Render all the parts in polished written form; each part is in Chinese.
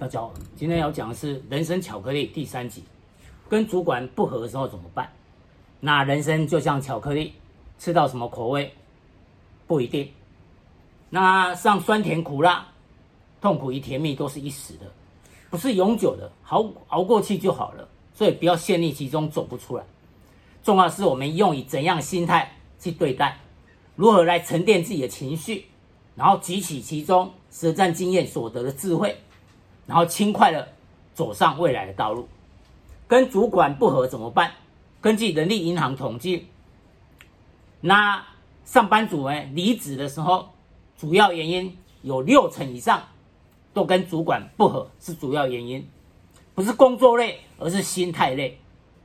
今天要讲的是人生巧克力第3集，跟主管不合的时候怎么办？那人生就像巧克力，吃到什么口味不一定。那上酸甜苦辣，痛苦与甜蜜都是一时的，不是永久的，熬过去就好了。所以不要陷溺其中走不出来。重要的是我们用以怎样的心态去对待，如何来沉淀自己的情绪，然后汲取其中实战经验所得的智慧，然后轻快的走上未来的道路。跟主管不合怎么办？根据人力银行统计，那上班族离职的时候，主要原因有60%以上都跟主管不合是主要原因，不是工作累，而是心态累。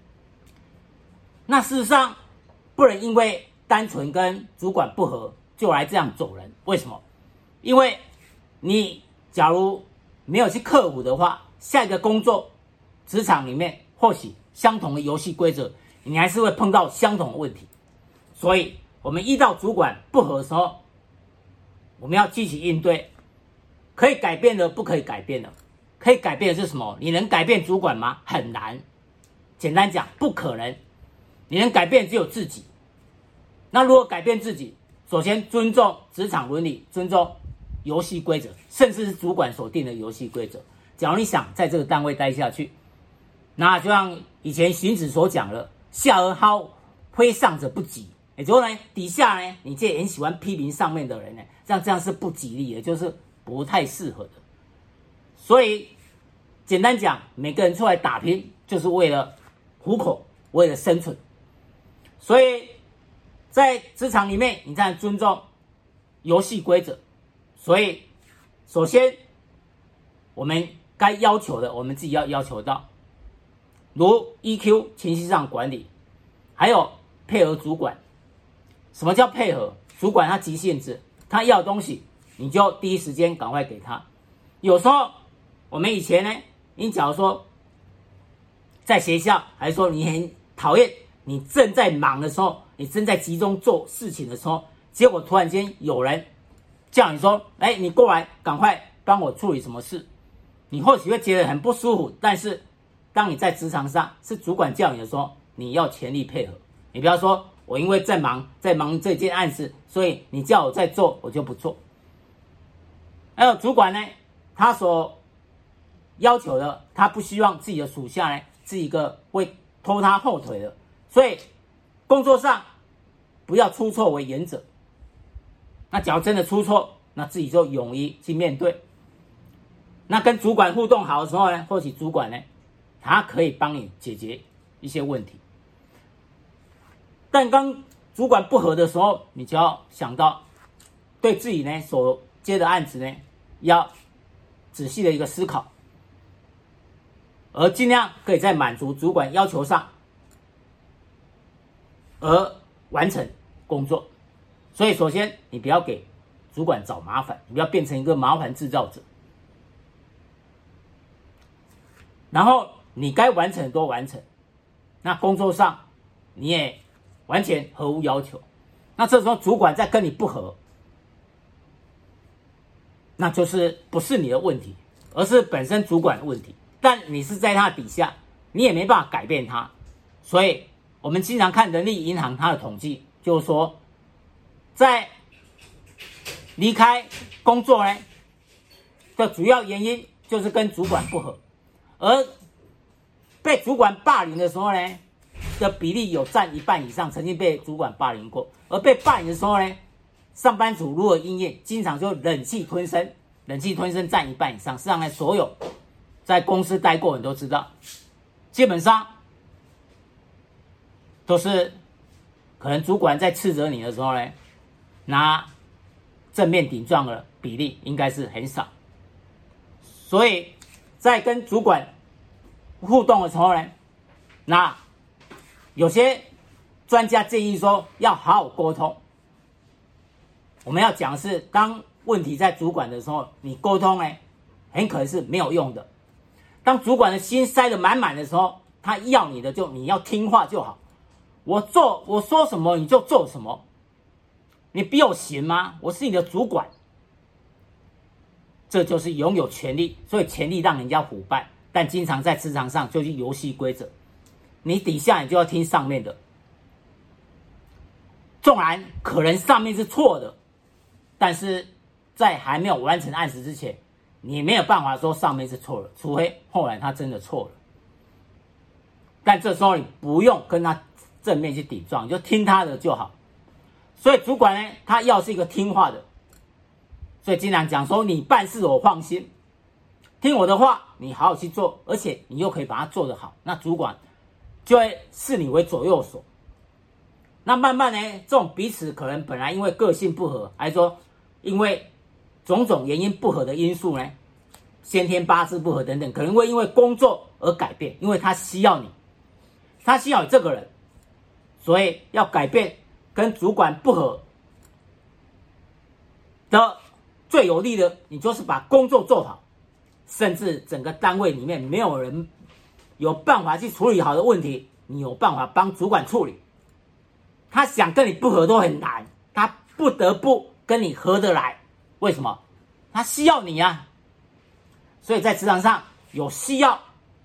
那事实上不能因为单纯跟主管不合就来这样走人。为什么？因为你假如没有去克服的话，下一个工作职场里面或许相同的游戏规则，你还是会碰到相同的问题。所以我们遇到主管不合的时候，我们要积极应对。可以改变的，不可以改变的。可以改变的是什么？你能改变主管吗？很难。简单讲，不可能。你能改变只有自己。那如何改变自己？首先尊重职场伦理，尊重游戏规则，甚至是主管所定的游戏规则。假如你想在这个单位待下去，那就像以前荀子所讲的，下而好，非上者不及。也就是呢，底下呢，你这很喜欢批评上面的人呢，这样是不吉利的，就是不太适合的。所以简单讲，每个人出来打拼，就是为了糊口，为了生存。所以在职场里面，你才能尊重游戏规则。所以首先我们该要求的，我们自己要要求到，如 EQ 情绪上管理，还有配合主管。什么叫配合？主管他急性子，他要的东西你就第一时间赶快给他。有时候我们以前呢，你假如说在学校，还是说你很讨厌你正在忙的时候，你正在集中做事情的时候，结果突然间有人叫你说，你过来赶快帮我处理什么事，你或许会觉得很不舒服。但是当你在职场上是主管叫你的时候，你要全力配合。你不要说我因为在忙这件案子，所以你叫我在做我就不做。还有主管呢，他所要求的，他不希望自己的属下呢是一个会拖他后腿的。所以工作上不要出错为原则。那假如真的出错，那自己就勇于去面对。那跟主管互动好的时候呢，或许主管呢，他可以帮你解决一些问题。但刚主管不合的时候，你就要想到对自己呢所接的案子呢，要仔细的一个思考，而尽量可以在满足主管要求上而完成工作。所以首先你不要给主管找麻烦，你不要变成一个麻烦制造者。然后你该完成的都完成，那工作上你也完全合乎要求。那这时候主管再跟你不合，那就是不是你的问题，而是本身主管的问题。但你是在他底下，你也没办法改变他。所以我们经常看人力银行它的统计，就是说在离开工作呢的主要原因就是跟主管不合，而被主管霸凌的时候呢的比例有占1半以上曾经被主管霸凌过。而被霸凌的时候呢，上班族如何应验，经常就忍气吞声，忍气吞声占1半以上。事实上呢，所有在公司待过的人都知道，基本上都是可能主管在斥责你的时候呢，拿正面顶撞的比例应该是很少。所以在跟主管互动的时候呢，那有些专家建议说要好好沟通。我们要讲的是，当问题在主管的时候，你沟通呢很可能是没有用的。当主管的心塞得满满的时候，他要你的就你要听话就好。我说什么你就做什么，你比我行吗？我是你的主管。 这就是拥有权力，所以权力让人家腐败，但经常在职场上就是游戏规则，你底下你就要听上面的，纵然可能上面是错的，但是在还没有完成案子之前，你没有办法说上面是错了，除非后来他真的错了。但这时候你不用跟他正面去顶撞，你就听他的就好。所以主管呢，他要是一个听话的，所以经常讲说你办事我放心，听我的话，你好好去做，而且你又可以把它做得好，那主管就会视你为左右手。那慢慢呢，这种彼此可能本来因为个性不合，还是说因为种种原因不合的因素呢，先天八字不合等等，可能会因为工作而改变，因为他需要你，他需要你这个人，所以要改变跟主管不合的最有利的，你就是把工作做好，甚至整个单位里面没有人有办法去处理好的问题，你有办法帮主管处理。他想跟你不合都很难，他不得不跟你合得来。为什么？他需要你啊。所以在职场上有需要，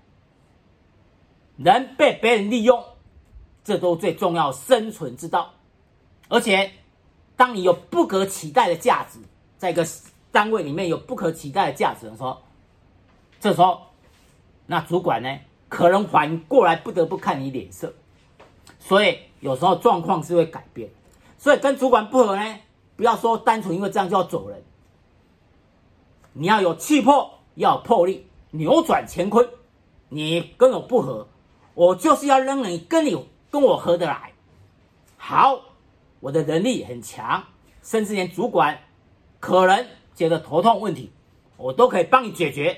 人被别人利用，这都最重要的生存之道。而且当你有不可取代的价值，在一个单位里面有不可取代的价值的时候，这时候那主管呢，可能反过来不得不看你脸色。所以有时候状况是会改变。所以跟主管不合呢，不要说单纯因为这样就要走人，你要有气魄，要有魄力，扭转乾坤。你跟我不合，我就是要让你跟我合得来。好，我的能力很强，甚至连主管可能觉得头痛问题，我都可以帮你解决。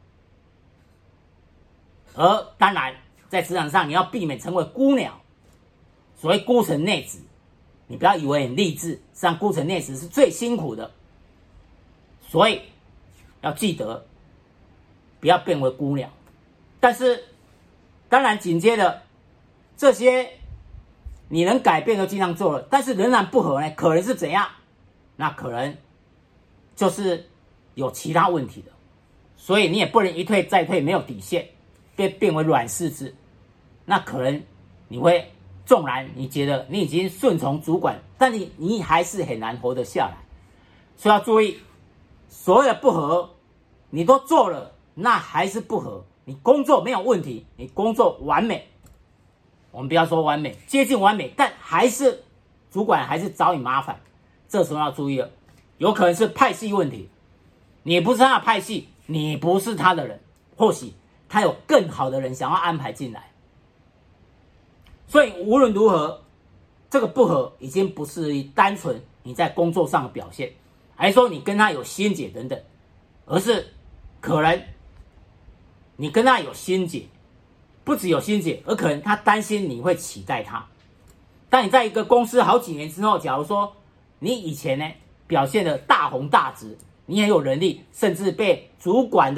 而当然在职场上你要避免成为孤鸟，所谓孤城内子，你不要以为很励志，实际上孤城内子是最辛苦的。所以要记得不要变为孤鸟。但是当然紧接着这些你能改变都尽量做了，但是仍然不合呢，可能是怎样？那可能就是有其他问题的。所以你也不能一退再退，没有底线，变为软柿子。那可能你会纵然你觉得你已经顺从主管，但你还是很难活得下来。所以要注意，所有的不合你都做了，那还是不合。你工作没有问题，你工作完美，我们不要说完美，接近完美，但还是主管还是找你麻烦。这时候要注意了，有可能是派系问题，你不是他的派系，你不是他的人，或许他有更好的人想要安排进来。所以无论如何，这个不合已经不是单纯你在工作上的表现，还是说你跟他有心结等等，而是可能你跟他有心结，不只有心结，而可能他担心你会取代他。当你在一个公司好几年之后，假如说你以前呢表现的大红大紫，你很有能力，甚至被主管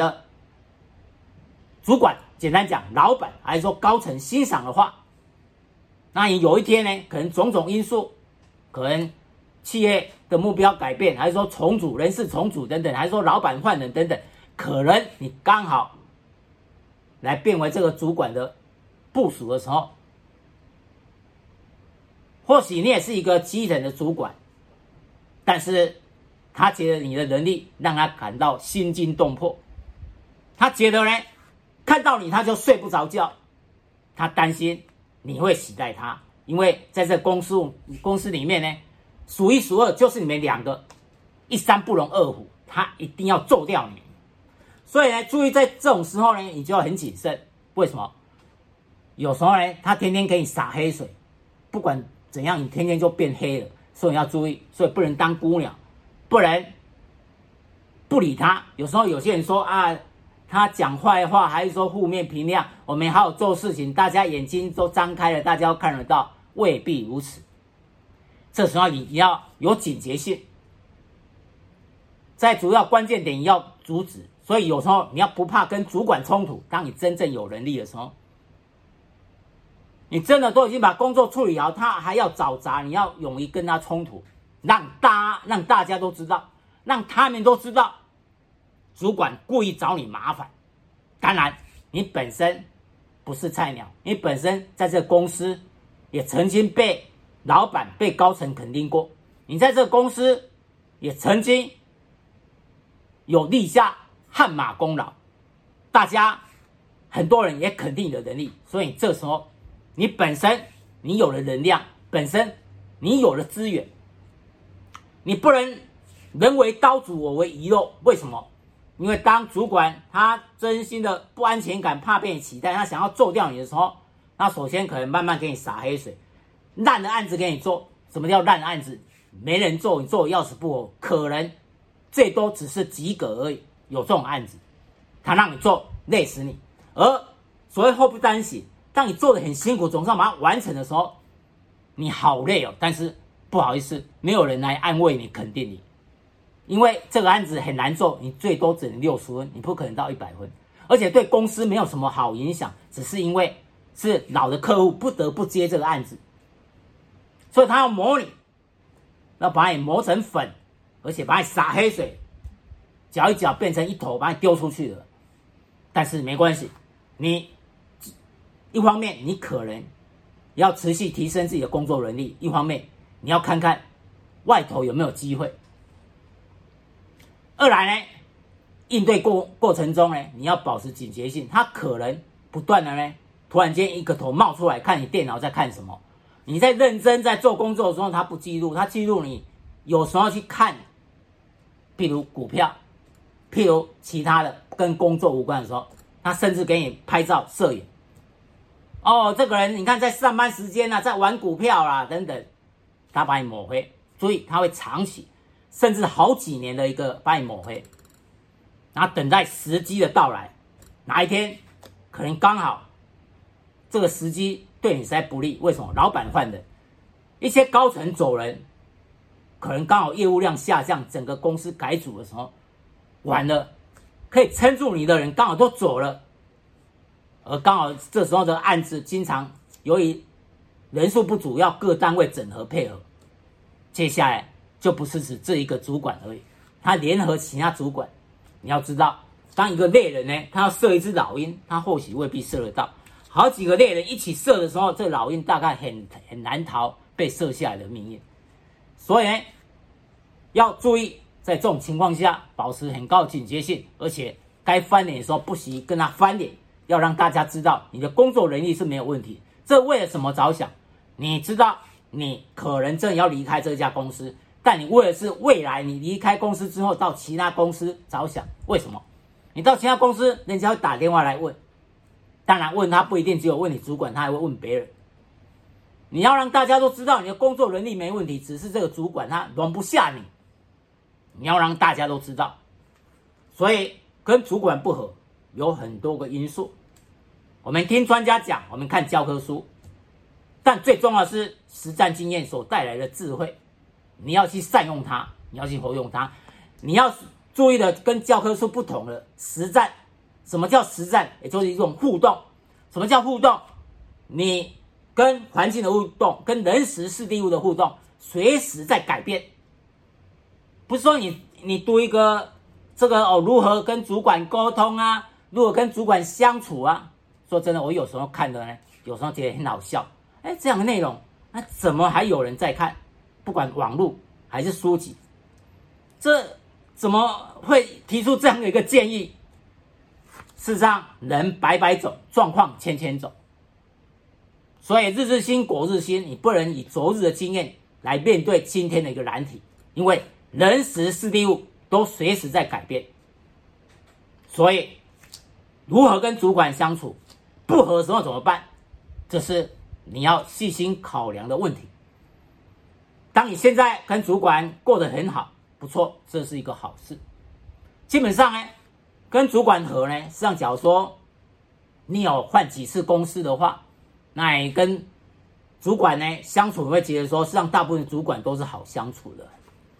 简单讲老板还是说高层欣赏的话，那你有一天呢，可能种种因素，可能企业的目标改变，还是说重组人事重组等等，还是说老板换人等等，可能你刚好来变为这个主管的部属的时候，或许你也是一个基层的主管，但是他觉得你的能力让他感到心惊动魄，他觉得呢看到你他就睡不着觉，他担心你会取代他，因为在这公司里面呢，数一数二就是你们两个，一山不容二虎，他一定要揍掉你。所以呢，注意在这种时候呢，你就要很谨慎。为什么？有时候呢，他天天给你洒黑水，不管怎样，你天天就变黑了。所以你要注意，所以不能当孤鸟，不能不理他。有时候有些人说啊，他讲坏话，还是说负面评价，我们好好做事情，大家眼睛都张开了，大家都看得到，未必如此。这时候你要有警觉性，在主要关键点要阻止。所以有时候你要不怕跟主管冲突，当你真正有能力的时候，你真的都已经把工作处理好，他还要找茬，你要勇于跟他冲突，让大家都知道，让他们都知道主管故意找你麻烦。当然，你本身不是菜鸟，你本身在这个公司也曾经被老板、被高层肯定过，你在这个公司也曾经有立下汗马功劳，大家很多人也肯定你的能力，所以这时候你本身你有了能量，本身你有了资源，你不能人为刀俎我为鱼肉。为什么？因为当主管他真心的不安全感，怕被你取代，他想要做掉你的时候，他首先可能慢慢给你洒黑水，烂的案子给你做。什么叫烂案子？没人做，你做的要死不活，可能最多只是及格而已。有这种案子，他让你做，累死你。而所谓祸不单行，当你做的很辛苦，总是要把它完成的时候，你好累哦，但是不好意思，没有人来安慰你、肯定你。因为这个案子很难做，你最多只能60分，你不可能到100分，而且对公司没有什么好影响，只是因为是老的客户不得不接这个案子，所以他要磨你，要把你磨成粉，而且把你洒黑水，搅一搅变成一头，把你丢出去了。但是没关系，你一方面你可能要持续提升自己的工作能力，一方面你要看看外头有没有机会。二来呢，应对过程中呢，你要保持警觉性，他可能不断的呢，突然间一个头冒出来，看你电脑在看什么。你在认真在做工作的时候，他不记录，他记录你有时候去看，譬如股票，譬如其他的跟工作无关的时候，他甚至给你拍照摄影。哦，这个人你看在上班时间啊，在玩股票啦等等，他把你抹黑，所以他会长期甚至好几年的一个把你抹黑，然后等待时机的到来，哪一天可能刚好这个时机对你实在不利。为什么？老板换人，一些高层走人，可能刚好业务量下降，整个公司改组的时候，完了，可以撑住你的人刚好都走了，而刚好这时候的案子经常由于人数不足，要各单位整合配合，接下来就不是指这一个主管而已，他联合其他主管。你要知道，当一个猎人呢，他要射一只老鹰，他或许未必射得到，好几个猎人一起射的时候，这个老鹰大概很难逃被射下来的命运。所以呢，要注意在这种情况下保持很高的警觉性，而且该翻脸的时候不惜跟他翻脸，要让大家知道你的工作能力是没有问题。这为了什么着想？你知道你可能真的要离开这家公司，但你为的是未来你离开公司之后到其他公司着想。为什么？你到其他公司，人家会打电话来问，当然问他不一定只有问你主管，他还会问别人。你要让大家都知道你的工作能力没问题，只是这个主管他容不下你，你要让大家都知道。所以跟主管不合有很多个因素，我们听专家讲，我们看教科书，但最重要的是实战经验所带来的智慧，你要去善用它，你要去活用它，你要注意的跟教科书不同的实战。什么叫实战？也就是一种互动。什么叫互动？你跟环境的互动，跟人时事地物的互动，随时在改变。不是说你读一个这个如何跟主管沟通啊，如何跟主管相处啊。说真的，我有时候看的呢，有时候觉得很好笑。这样的内容，那怎么还有人在看？不管网络还是书籍，这怎么会提出这样的一个建议？事实上，人百百种，状况千千种，所以日日新，国日新，你不能以昨日的经验来面对今天的一个难题，因为人时事地物都随时在改变。所以，如何跟主管相处，不合的时候怎么办？这是你要细心考量的问题。当你现在跟主管过得很好，不错，这是一个好事。基本上呢，跟主管合呢，实际上假如说你有换几次公司的话，那你跟主管呢相处，你会觉得说，实际上大部分主管都是好相处的，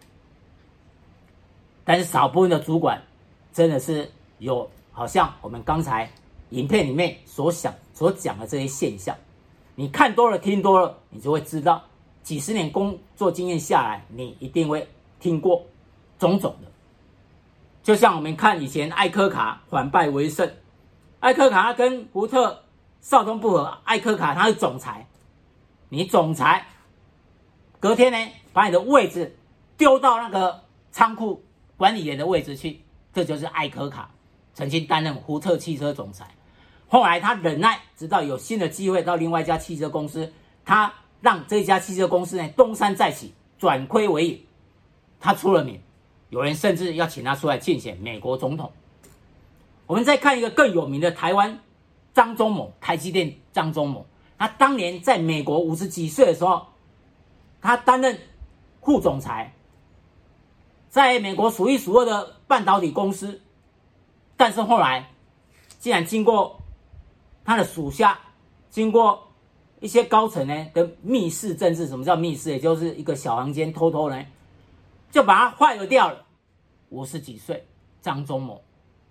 但是少部分的主管真的是有好像我们刚才影片里面所讲的这些现象。你看多了听多了，你就会知道，几十年工作经验下来，你一定会听过种种的。 就像我们看以前艾柯卡反败为胜，艾柯卡他跟福特、少东不合，艾柯卡他是总裁，你总裁隔天呢把你的位置丢到那个仓库管理员的位置去，这就是艾柯卡曾经担任福特汽车总裁。后来他忍耐，直到有新的机会到另外一家汽车公司，他让这家汽车公司呢东山再起，转亏为盈，他出了名，有人甚至要请他出来竞选美国总统。我们再看一个更有名的台湾张忠谋，台积电张忠谋，他当年在美国50几岁的时候，他担任副总裁，在美国数一数二的半导体公司，但是后来竟然经过他的属下，经过一些高层呢的密室政治。什么叫密室？也就是一个小房间偷偷呢就把他坏了掉了。50几岁张忠谋，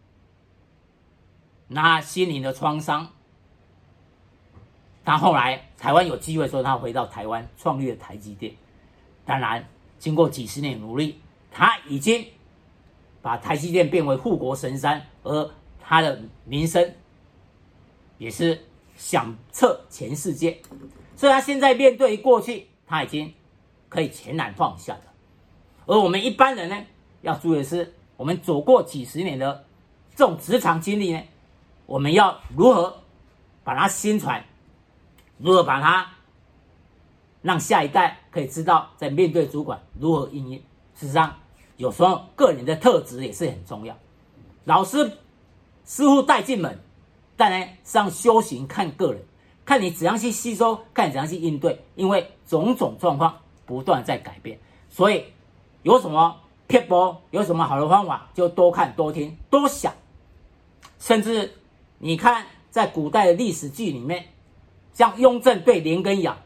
那心灵的创伤，他后来台湾有机会的时候，他回到台湾创立了台积电。当然经过几十年努力，他已经把台积电变为护国神山，而他的名声也是响彻全世界。所以他现在面对过去，他已经可以全然放下了。而我们一般人呢，要注意的是，我们走过几十年的这种职场经历呢，我们要如何把它心传，如何把它让下一代可以知道，在面对主管如何应对。事实上，有时候个人的特质也是很重要。老师师傅带进门，但呢，上修行看个人，看你怎样去吸收，看你怎样去应对，因为种种状况不断在改变，所以有什么撇步，有什么好的方法，就多看、多听、多想。甚至你看，在古代的历史剧里面，像雍正对连根尧，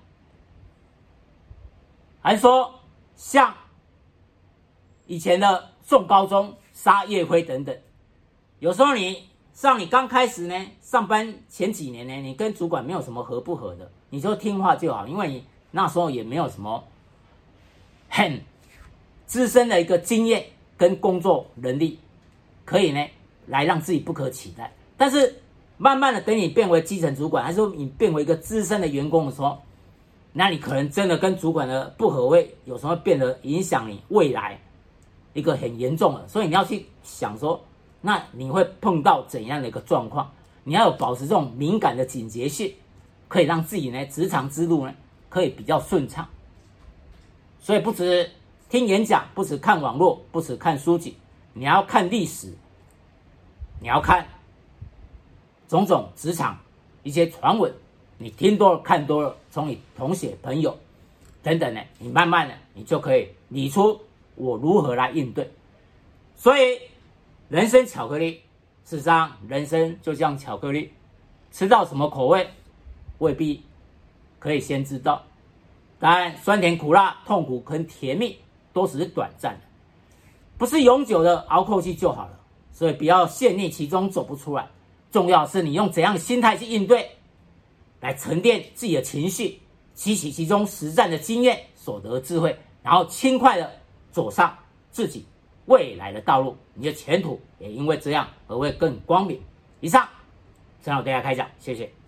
还说像以前的宋高宗杀岳飞等等。有时候你刚开始呢，上班前几年呢，你跟主管没有什么合不合的，你就听话就好，因为你那时候也没有什么很资深的一个经验跟工作能力，可以呢来让自己不可取代。但是慢慢的，等你变为基层主管，还是说你变为一个资深的员工的时候，那你可能真的跟主管的不合，会有时候变得影响你未来一个很严重的。所以你要去想说，那你会碰到怎样的一个状况？你要有保持这种敏感的警觉性，可以让自己呢职场之路呢可以比较顺畅。所以不止听演讲，不止看网络，不止看书籍，你要看历史，你要看种种职场一些传闻，你听多了看多了，从你同学朋友等等呢，你慢慢的你就可以理出我如何来应对。所以人生巧克力，事实上人生就像巧克力，吃到什么口味未必可以先知道。当然酸甜苦辣、痛苦跟甜蜜都只是短暂的，不是永久的，熬过去就好了。所以不要陷溺其中走不出来，重要是你用怎样的心态去应对，来沉淀自己的情绪，吸取其中实战的经验所得的智慧，然后轻快的走上自己未来的道路，你的前途也因为这样而会更光明。以上，陈老给大家开讲，谢谢。